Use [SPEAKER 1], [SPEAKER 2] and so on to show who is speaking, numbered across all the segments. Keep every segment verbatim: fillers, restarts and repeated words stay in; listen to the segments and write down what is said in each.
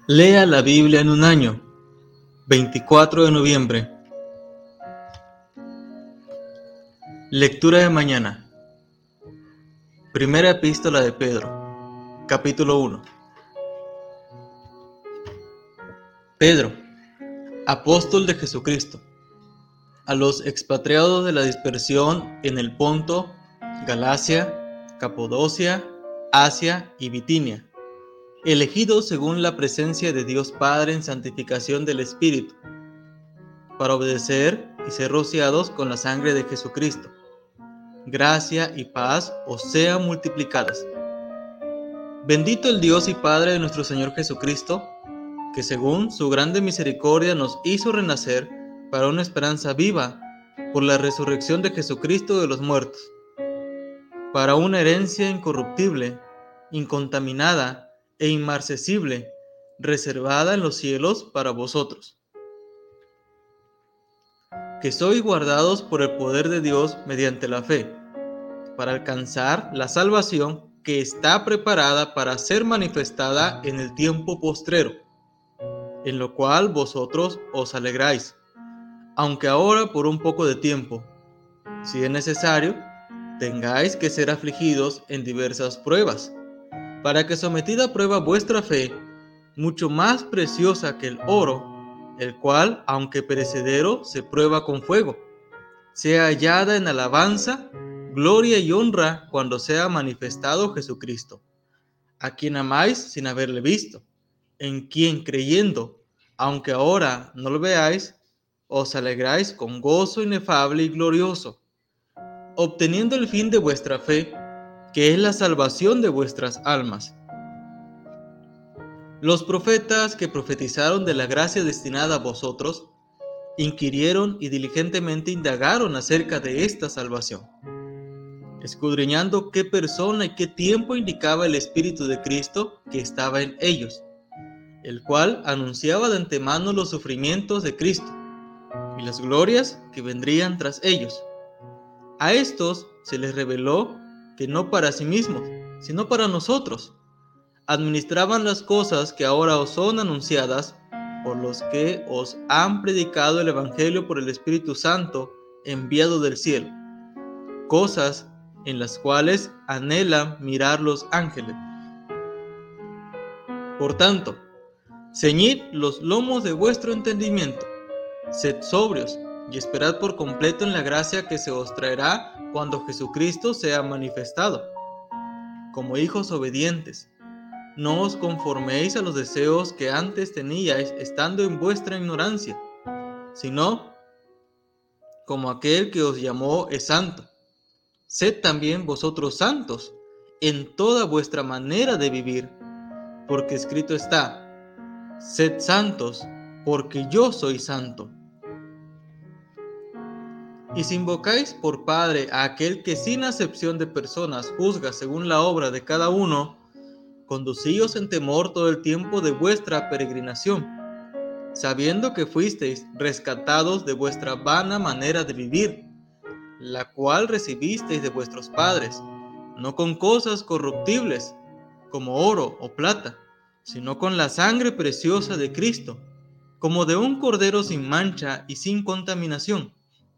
[SPEAKER 1] Lea la Biblia en un año. veinticuatro de noviembre. Lectura de mañana. Primera epístola de Pedro, capítulo uno. Pedro, apóstol de Jesucristo, a los expatriados de la dispersión en el Ponto, Galacia, Capadocia, Asia y Bitinia, elegidos según la presencia de Dios Padre en santificación del Espíritu, para obedecer y ser rociados con la sangre de Jesucristo. Gracia y paz os sean multiplicadas. Bendito el Dios y Padre de nuestro Señor Jesucristo, que según su grande misericordia nos hizo renacer para una esperanza viva por la resurrección de Jesucristo de los muertos, para una herencia incorruptible, incontaminada e inmarcesible, reservada en los cielos para vosotros, que sois guardados por el poder de Dios mediante la fe, para alcanzar la salvación que está preparada para ser manifestada en el tiempo postrero, en lo cual vosotros os alegráis, aunque ahora por un poco de tiempo, si es necesario, tengáis que ser afligidos en diversas pruebas, para que sometida a prueba vuestra fe, mucho más preciosa que el oro, el cual, aunque perecedero, se prueba con fuego, sea hallada en alabanza, gloria y honra cuando sea manifestado Jesucristo, a quien amáis sin haberle visto, en quien creyendo, aunque ahora no lo veáis, os alegráis con gozo inefable y glorioso, obteniendo el fin de vuestra fe, que es la salvación de vuestras almas. Los profetas que profetizaron de la gracia destinada a vosotros, inquirieron y diligentemente indagaron acerca de esta salvación, escudriñando qué persona y qué tiempo indicaba el Espíritu de Cristo que estaba en ellos, el cual anunciaba de antemano los sufrimientos de Cristo y las glorias que vendrían tras ellos. A estos se les reveló que no para sí mismos, sino para nosotros, administraban las cosas que ahora os son anunciadas por los que os han predicado el Evangelio por el Espíritu Santo enviado del cielo, cosas en las cuales anhelan mirar los ángeles. Por tanto, ceñid los lomos de vuestro entendimiento, sed sobrios y esperad por completo en la gracia que se os traerá cuando Jesucristo sea manifestado. Como hijos obedientes, no os conforméis a los deseos que antes teníais estando en vuestra ignorancia, sino como aquel que os llamó es santo. Sed también vosotros santos en toda vuestra manera de vivir, porque escrito está: sed santos, porque yo soy santo. Y si invocáis por Padre a aquel que sin acepción de personas juzga según la obra de cada uno, conducíos en temor todo el tiempo de vuestra peregrinación, sabiendo que fuisteis rescatados de vuestra vana manera de vivir, la cual recibisteis de vuestros padres, no con cosas corruptibles, como oro o plata, sino con la sangre preciosa de Cristo, como de un cordero sin mancha y sin contaminación,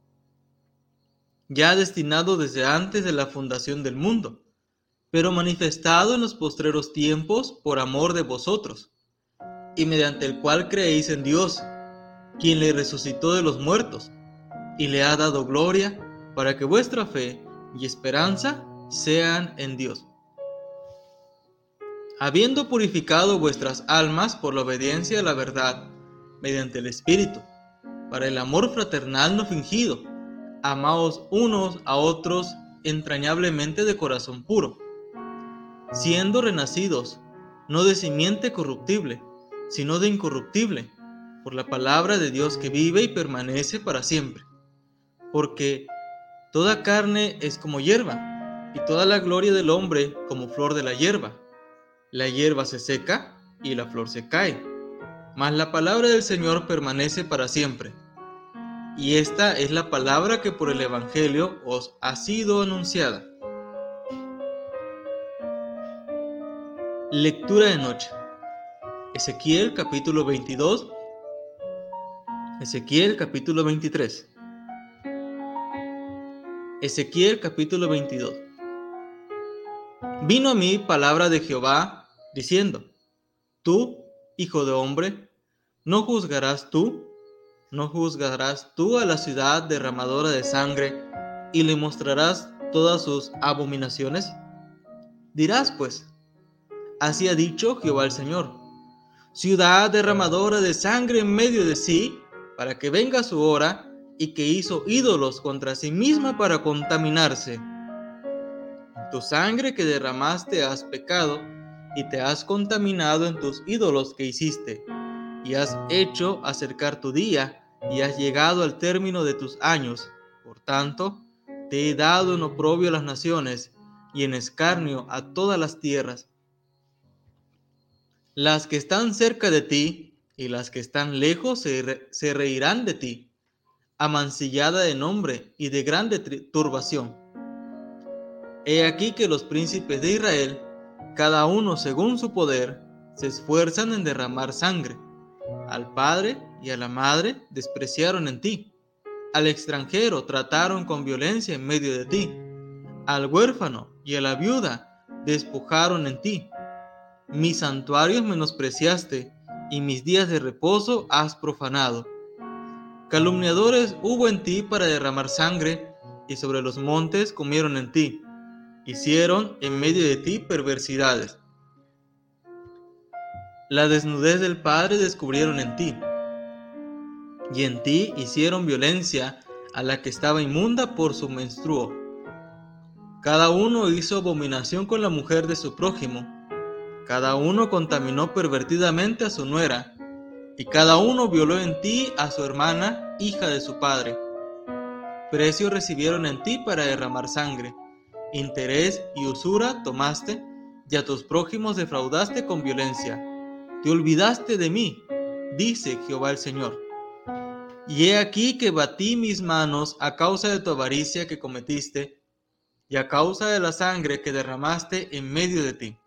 [SPEAKER 1] ya destinado desde antes de la fundación del mundo, pero manifestado en los postreros tiempos por amor de vosotros, y mediante el cual creéis en Dios, quien le resucitó de los muertos, y le ha dado gloria, para que vuestra fe y esperanza sean en Dios. Habiendo purificado vuestras almas por la obediencia a la verdad, mediante el Espíritu, para el amor fraternal no fingido, amaos unos a otros entrañablemente de corazón puro, siendo renacidos, no de simiente corruptible, sino de incorruptible, por la palabra de Dios que vive y permanece para siempre. Porque toda carne es como hierba, y toda la gloria del hombre como flor de la hierba. La hierba se seca y la flor se cae, mas la palabra del Señor permanece para siempre. Y esta es la palabra que por el Evangelio os ha sido anunciada. Lectura de noche. Ezequiel capítulo veintidós, Ezequiel capítulo veintitrés. Ezequiel capítulo veintidós. Vino a mí palabra de Jehová, diciendo: Tú, hijo de hombre, ¿no juzgarás tú? ¿No juzgarás tú a la ciudad derramadora de sangre y le mostrarás todas sus abominaciones? Dirás pues: Así ha dicho Jehová el Señor: ciudad derramadora de sangre en medio de sí, para que venga su hora, y que hizo ídolos contra sí misma para contaminarse. En tu sangre que derramaste has pecado, y te has contaminado en tus ídolos que hiciste, y has hecho acercar tu día, y has llegado al término de tus años. Por tanto, te he dado en oprobio a las naciones, y en escarnio a todas las tierras. Las que están cerca de ti y las que están lejos se, re se reirán de ti, amancillada de nombre y de grande turbación. He aquí que los príncipes de Israel, cada uno según su poder, se esfuerzan en derramar sangre. Al padre y a la madre despreciaron en ti. Al extranjero trataron con violencia en medio de ti. Al huérfano y a la viuda despojaron en ti. Mis santuarios menospreciaste, y mis días de reposo has profanado. Calumniadores hubo en ti para derramar sangre, y sobre los montes comieron en ti. Hicieron en medio de ti perversidades. La desnudez del padre descubrieron en ti, y en ti hicieron violencia a la que estaba inmunda por su menstruo. Cada uno hizo abominación con la mujer de su prójimo. Cada uno contaminó pervertidamente a su nuera, y cada uno violó en ti a su hermana, hija de su padre. Precio recibieron en ti para derramar sangre, interés y usura tomaste, y a tus prójimos defraudaste con violencia. Te olvidaste de mí, dice Jehová el Señor. Y he aquí que batí mis manos a causa de tu avaricia que cometiste, y a causa de la sangre que derramaste en medio de ti.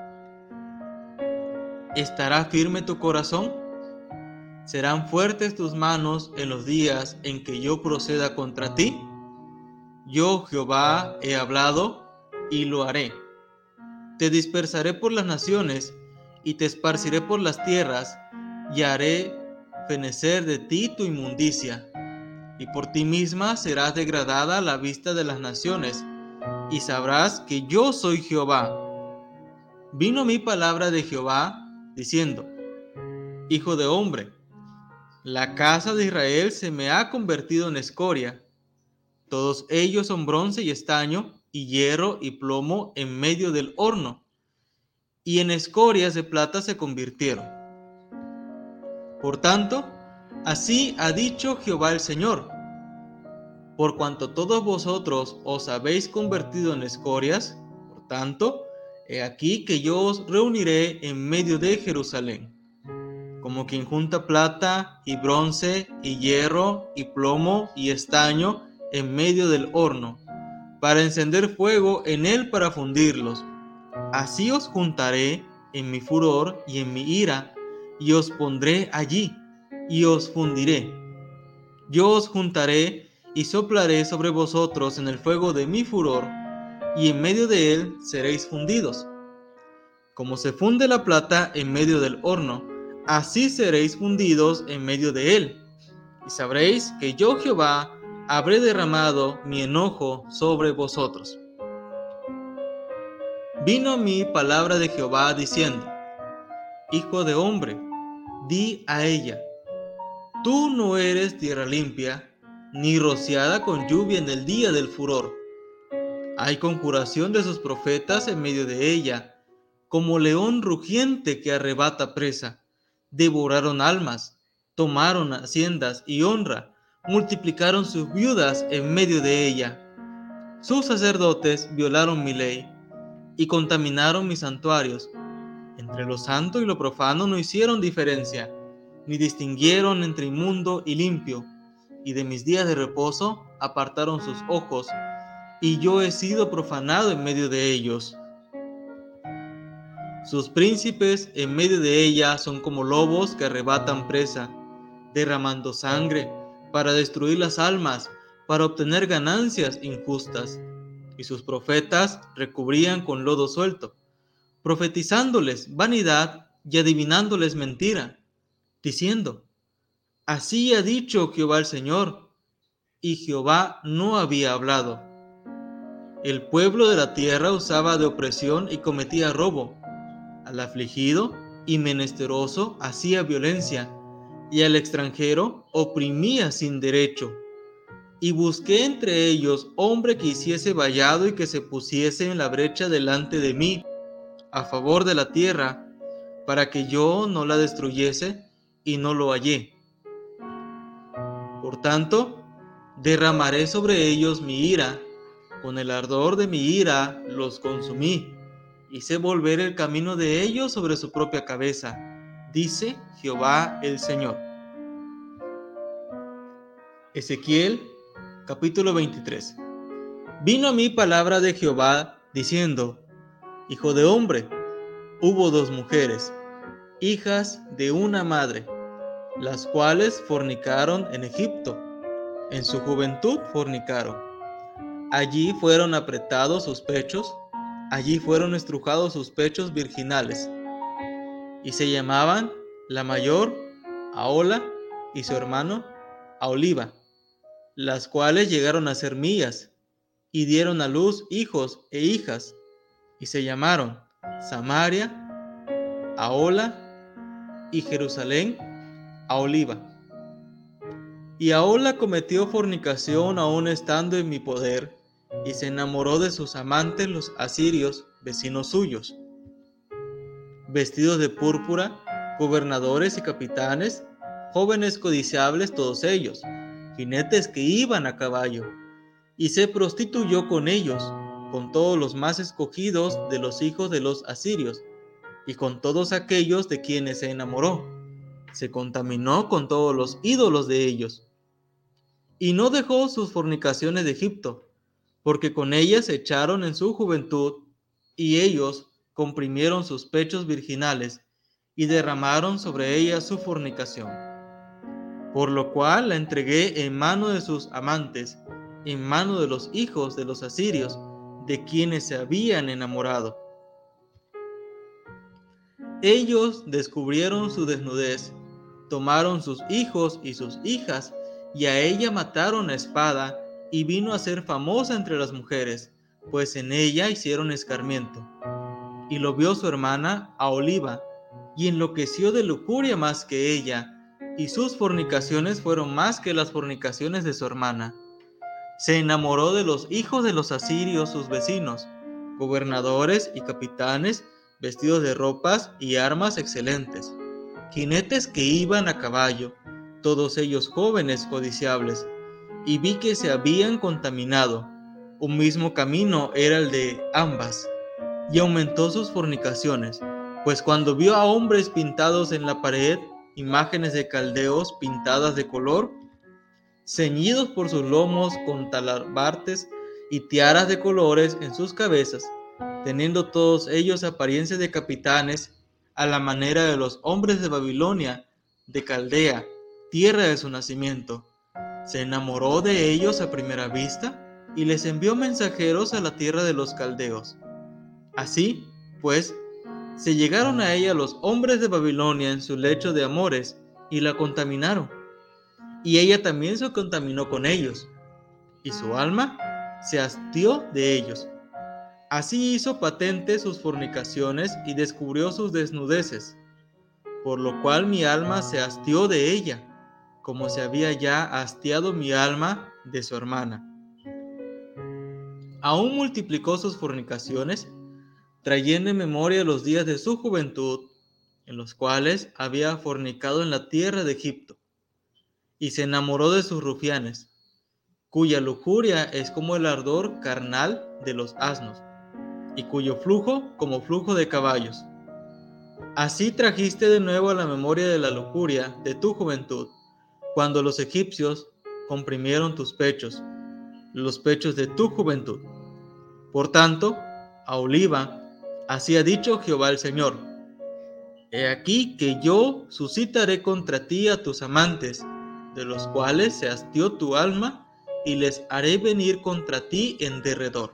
[SPEAKER 1] ¿Estará firme tu corazón? ¿Serán fuertes tus manos en los días en que yo proceda contra ti? Yo, Jehová, he hablado y lo haré. Te dispersaré por las naciones y te esparciré por las tierras, y haré fenecer de ti tu inmundicia. Y por ti misma serás degradada a la vista de las naciones, y sabrás que yo soy Jehová. Vino mi palabra de Jehová, diciendo: Hijo de hombre, la casa de Israel se me ha convertido en escoria. Todos ellos son bronce y estaño, y hierro y plomo en medio del horno, y en escorias de plata se convirtieron. Por tanto, así ha dicho Jehová el Señor: por cuanto todos vosotros os habéis convertido en escorias, por tanto, he aquí que yo os reuniré en medio de Jerusalén, como quien junta plata y bronce y hierro y plomo y estaño en medio del horno, para encender fuego en él para fundirlos. Así os juntaré en mi furor y en mi ira, y os pondré allí, y os fundiré. Yo os juntaré y soplaré sobre vosotros en el fuego de mi furor, y en medio de él seréis fundidos. Como se funde la plata en medio del horno, así seréis fundidos en medio de él. Y sabréis que yo, Jehová, habré derramado mi enojo sobre vosotros. Vino a mí palabra de Jehová diciendo: Hijo de hombre, di a ella: tú no eres tierra limpia, ni rociada con lluvia en el día del furor. Hay conjuración de sus profetas en medio de ella, como león rugiente que arrebata presa. Devoraron almas, tomaron haciendas y honra, multiplicaron sus viudas en medio de ella. Sus sacerdotes violaron mi ley y contaminaron mis santuarios. Entre lo santo y lo profano no hicieron diferencia, ni distinguieron entre inmundo y limpio, y de mis días de reposo apartaron sus ojos, y yo he sido profanado en medio de ellos. Sus príncipes en medio de ella son como lobos que arrebatan presa, derramando sangre para destruir las almas, para obtener ganancias injustas. Y sus profetas recubrían con lodo suelto, profetizándoles vanidad y adivinándoles mentira, diciendo: así ha dicho Jehová el Señor, y Jehová no había hablado. El pueblo de la tierra usaba de opresión y cometía robo. Al afligido y menesteroso hacía violencia, y al extranjero oprimía sin derecho. Y busqué entre ellos hombre que hiciese vallado y que se pusiese en la brecha delante de mí, a favor de la tierra, para que yo no la destruyese, y no lo hallé. Por tanto, derramaré sobre ellos mi ira, con el ardor de mi ira los consumí. Hice volver el camino de ellos sobre su propia cabeza, dice Jehová el Señor. Ezequiel, capítulo veintitrés. Vino a mí palabra de Jehová, diciendo: hijo de hombre, hubo dos mujeres, hijas de una madre, las cuales fornicaron en Egipto. En su juventud fornicaron. Allí fueron apretados sus pechos, allí fueron estrujados sus pechos virginales. Y se llamaban la mayor Ahola y su hermano Aholiba, las cuales llegaron a ser mías, y dieron a luz hijos e hijas, y se llamaron Samaria, Ahola, y Jerusalén, Aholiba. Y Ahola cometió fornicación aún estando en mi poder, y se enamoró de sus amantes los asirios, vecinos suyos. Vestidos de púrpura, gobernadores y capitanes, jóvenes codiciables todos ellos, jinetes que iban a caballo, y se prostituyó con ellos, con todos los más escogidos de los hijos de los asirios, y con todos aquellos de quienes se enamoró. Se contaminó con todos los ídolos de ellos. Y no dejó sus fornicaciones de Egipto, porque con ellas se echaron en su juventud, y ellos comprimieron sus pechos virginales, y derramaron sobre ellas su fornicación. Por lo cual la entregué en mano de sus amantes, en mano de los hijos de los asirios, de quienes se habían enamorado. Ellos descubrieron su desnudez, tomaron sus hijos y sus hijas, y a ella mataron a espada, y vino a ser famosa entre las mujeres, pues en ella hicieron escarmiento. Y lo vio su hermana Aholiba, y enloqueció de lujuria más que ella, y sus fornicaciones fueron más que las fornicaciones de su hermana. Se enamoró de los hijos de los asirios, sus vecinos, gobernadores y capitanes, vestidos de ropas y armas excelentes, jinetes que iban a caballo, todos ellos jóvenes codiciables, y vi que se habían contaminado. Un mismo camino era el de ambas, y aumentó sus fornicaciones, pues cuando vio a hombres pintados en la pared, imágenes de caldeos pintadas de color, ceñidos por sus lomos con talabartes y tiaras de colores en sus cabezas, teniendo todos ellos apariencia de capitanes, a la manera de los hombres de Babilonia, de Caldea, tierra de su nacimiento. Se enamoró de ellos a primera vista y les envió mensajeros a la tierra de los caldeos. Así, pues, se llegaron a ella los hombres de Babilonia en su lecho de amores y la contaminaron. Y ella también se contaminó con ellos, y su alma se hastió de ellos. Así hizo patente sus fornicaciones y descubrió sus desnudeces, por lo cual mi alma se hastió de ella, como se había ya hastiado mi alma de su hermana. Aún multiplicó sus fornicaciones, trayendo en memoria los días de su juventud, en los cuales había fornicado en la tierra de Egipto, y se enamoró de sus rufianes, cuya lujuria es como el ardor carnal de los asnos, y cuyo flujo como flujo de caballos. Así trajiste de nuevo a la memoria de la lujuria de tu juventud, cuando los egipcios comprimieron tus pechos, los pechos de tu juventud. Por tanto, Aholiba, Así ha dicho Jehová el Señor. He aquí que yo suscitaré contra ti a tus amantes, de los cuales se hastió tu alma, y les haré venir contra ti en derredor.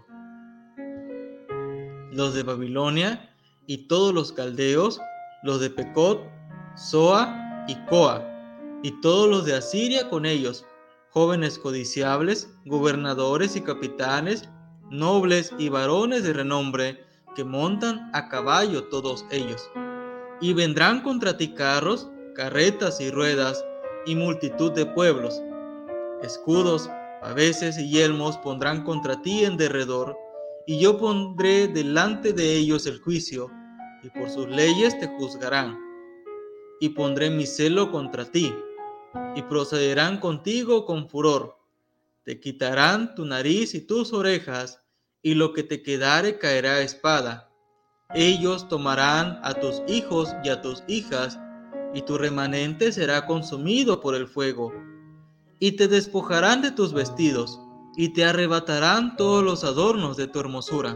[SPEAKER 1] Los de Babilonia y todos los caldeos, los de Pecod, Zoa y Coa, y todos los de Asiria con ellos, jóvenes codiciables, gobernadores y capitanes, nobles y varones de renombre, que montan a caballo todos ellos. Y vendrán contra ti carros, carretas y ruedas, y multitud de pueblos. Escudos, paveses y yelmos pondrán contra ti en derredor, y yo pondré delante de ellos el juicio, y por sus leyes te juzgarán. Y pondré mi celo contra ti, y procederán contigo con furor. Te quitarán tu nariz y tus orejas, y lo que te quedare caerá a espada. Ellos tomarán a tus hijos y a tus hijas, y tu remanente será consumido por el fuego. Y te despojarán de tus vestidos, y te arrebatarán todos los adornos de tu hermosura.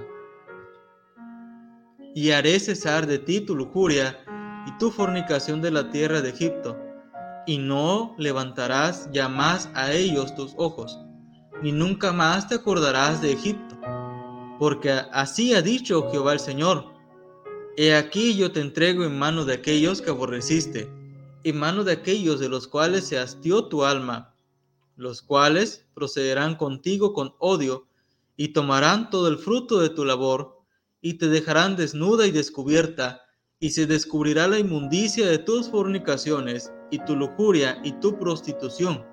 [SPEAKER 1] Y haré cesar de ti tu lujuria y tu fornicación de la tierra de Egipto, y no levantarás ya más a ellos tus ojos, ni nunca más te acordarás de Egipto. Porque así ha dicho Jehová el Señor: He aquí yo te entrego en mano de aquellos que aborreciste, en mano de aquellos de los cuales se hastió tu alma, los cuales procederán contigo con odio, y tomarán todo el fruto de tu labor, y te dejarán desnuda y descubierta, y se descubrirá la inmundicia de tus fornicaciones, y tu lujuria y tu prostitución.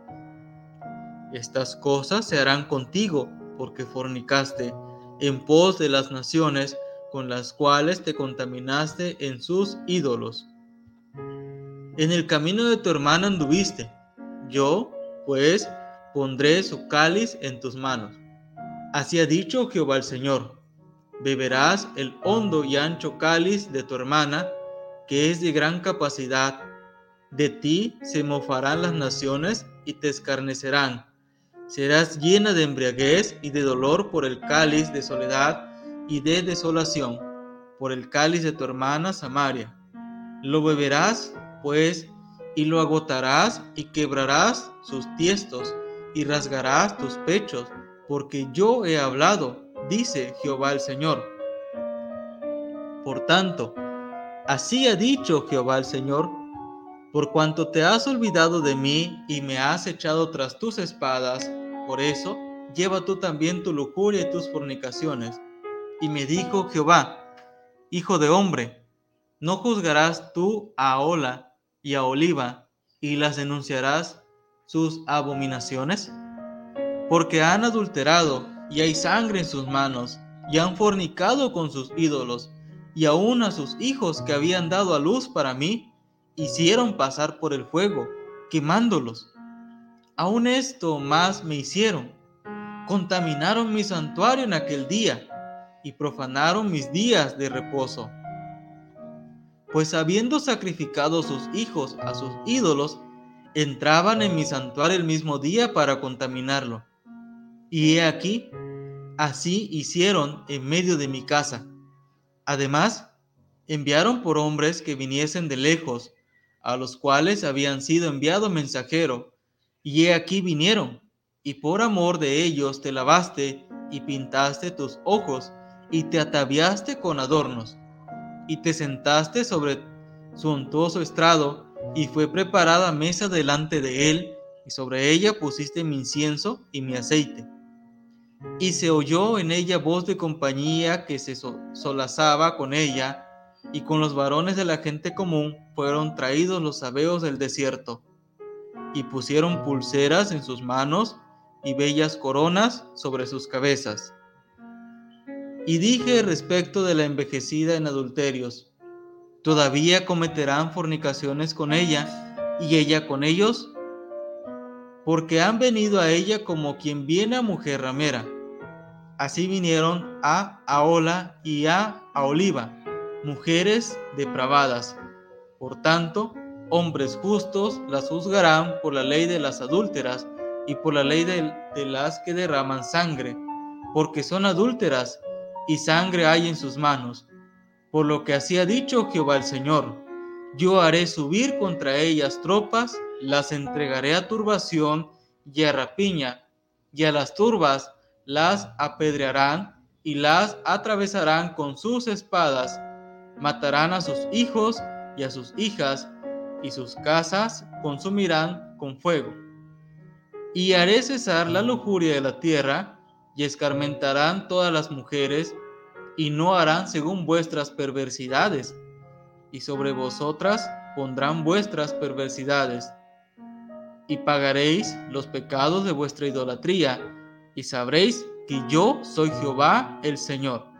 [SPEAKER 1] Estas cosas se harán contigo, porque fornicaste en pos de las naciones con las cuales te contaminaste en sus ídolos. En el camino de tu hermana anduviste. Yo, pues, pondré su cáliz en tus manos. Así ha dicho Jehová el Señor: beberás el hondo y ancho cáliz de tu hermana, que es de gran capacidad. De ti se mofarán las naciones y te escarnecerán. Serás llena de embriaguez y de dolor por el cáliz de soledad y de desolación, por el cáliz de tu hermana Samaria. Lo beberás, pues, y lo agotarás, y quebrarás sus tiestos, y rasgarás tus pechos, porque yo he hablado, dice Jehová el Señor. Por tanto, así ha dicho Jehová el Señor: por cuanto te has olvidado de mí y me has echado tras tus espadas, por eso lleva tú también tu lujuria y tus fornicaciones. Y me dijo Jehová: hijo de hombre, ¿no juzgarás tú a Ahola y a Oliva, y las denunciarás sus abominaciones? Porque han adulterado, y hay sangre en sus manos, y han fornicado con sus ídolos, y aun a sus hijos que habían dado a luz para mí, hicieron pasar por el fuego, quemándolos. Aun esto más me hicieron: contaminaron mi santuario en aquel día, y profanaron mis días de reposo. Pues habiendo sacrificado sus hijos a sus ídolos, entraban en mi santuario el mismo día para contaminarlo. Y he aquí, así hicieron en medio de mi casa. Además, enviaron por hombres que viniesen de lejos, a los cuales habían sido enviado mensajero, y he aquí vinieron, y por amor de ellos te lavaste, y pintaste tus ojos, y te ataviaste con adornos, y te sentaste sobre suntuoso estrado, y fue preparada mesa delante de él, y sobre ella pusiste mi incienso y mi aceite. Y se oyó en ella voz de compañía que se solazaba con ella, y con los varones de la gente común fueron traídos los sabeos del desierto, y pusieron pulseras en sus manos y bellas coronas sobre sus cabezas. Y dije respecto de la envejecida en adulterios: todavía cometerán fornicaciones con ella, y ella con ellos, porque han venido a ella como quien viene a mujer ramera. Así vinieron a Ahola y a Aholiba, mujeres depravadas. Por tanto, hombres justos las juzgarán por la ley de las adúlteras y por la ley de, de las que derraman sangre, porque son adúlteras y sangre hay en sus manos. por lo que así ha dicho Jehová el Señor. Yo haré subir contra ellas tropas, las entregaré a turbación y a rapiña, y a las turbas las apedrearán y las atravesarán con sus espadas, matarán a sus hijos y a sus hijas, y sus casas consumirán con fuego. Y haré cesar la lujuria de la tierra, y escarmentarán todas las mujeres, y no harán según vuestras perversidades, y sobre vosotras pondrán vuestras perversidades. Y pagaréis los pecados de vuestra idolatría, y sabréis que yo soy Jehová el Señor.